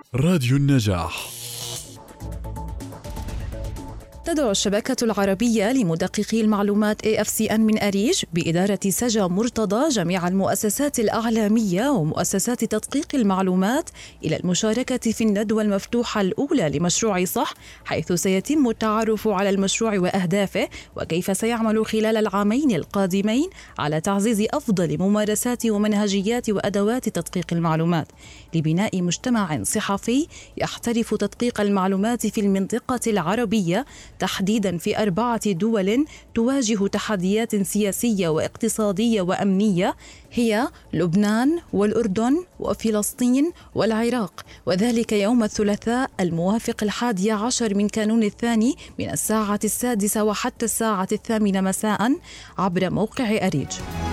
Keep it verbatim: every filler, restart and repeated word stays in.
راديو النجاح. تدعو الشبكة العربية لمدققي المعلومات إيه إف سي إن من أريج بإدارة سجا مرتضى جميع المؤسسات الأعلامية ومؤسسات تدقيق المعلومات إلى المشاركة في الندوة المفتوحة الأولى لمشروع صح، حيث سيتم التعرف على المشروع وأهدافه وكيف سيعمل خلال العامين القادمين على تعزيز أفضل ممارسات ومنهجيات وأدوات تدقيق المعلومات لبناء مجتمع صحفي يحترف تدقيق المعلومات في المنطقة العربية، تحديداً في أربعة دول تواجه تحديات سياسية واقتصادية وأمنية، هي لبنان والأردن وفلسطين والعراق، وذلك يوم الثلاثاء الموافق الحادي عشر من كانون الثاني من الساعة السادسة وحتى الساعة الثامنة مساء عبر موقع أريج.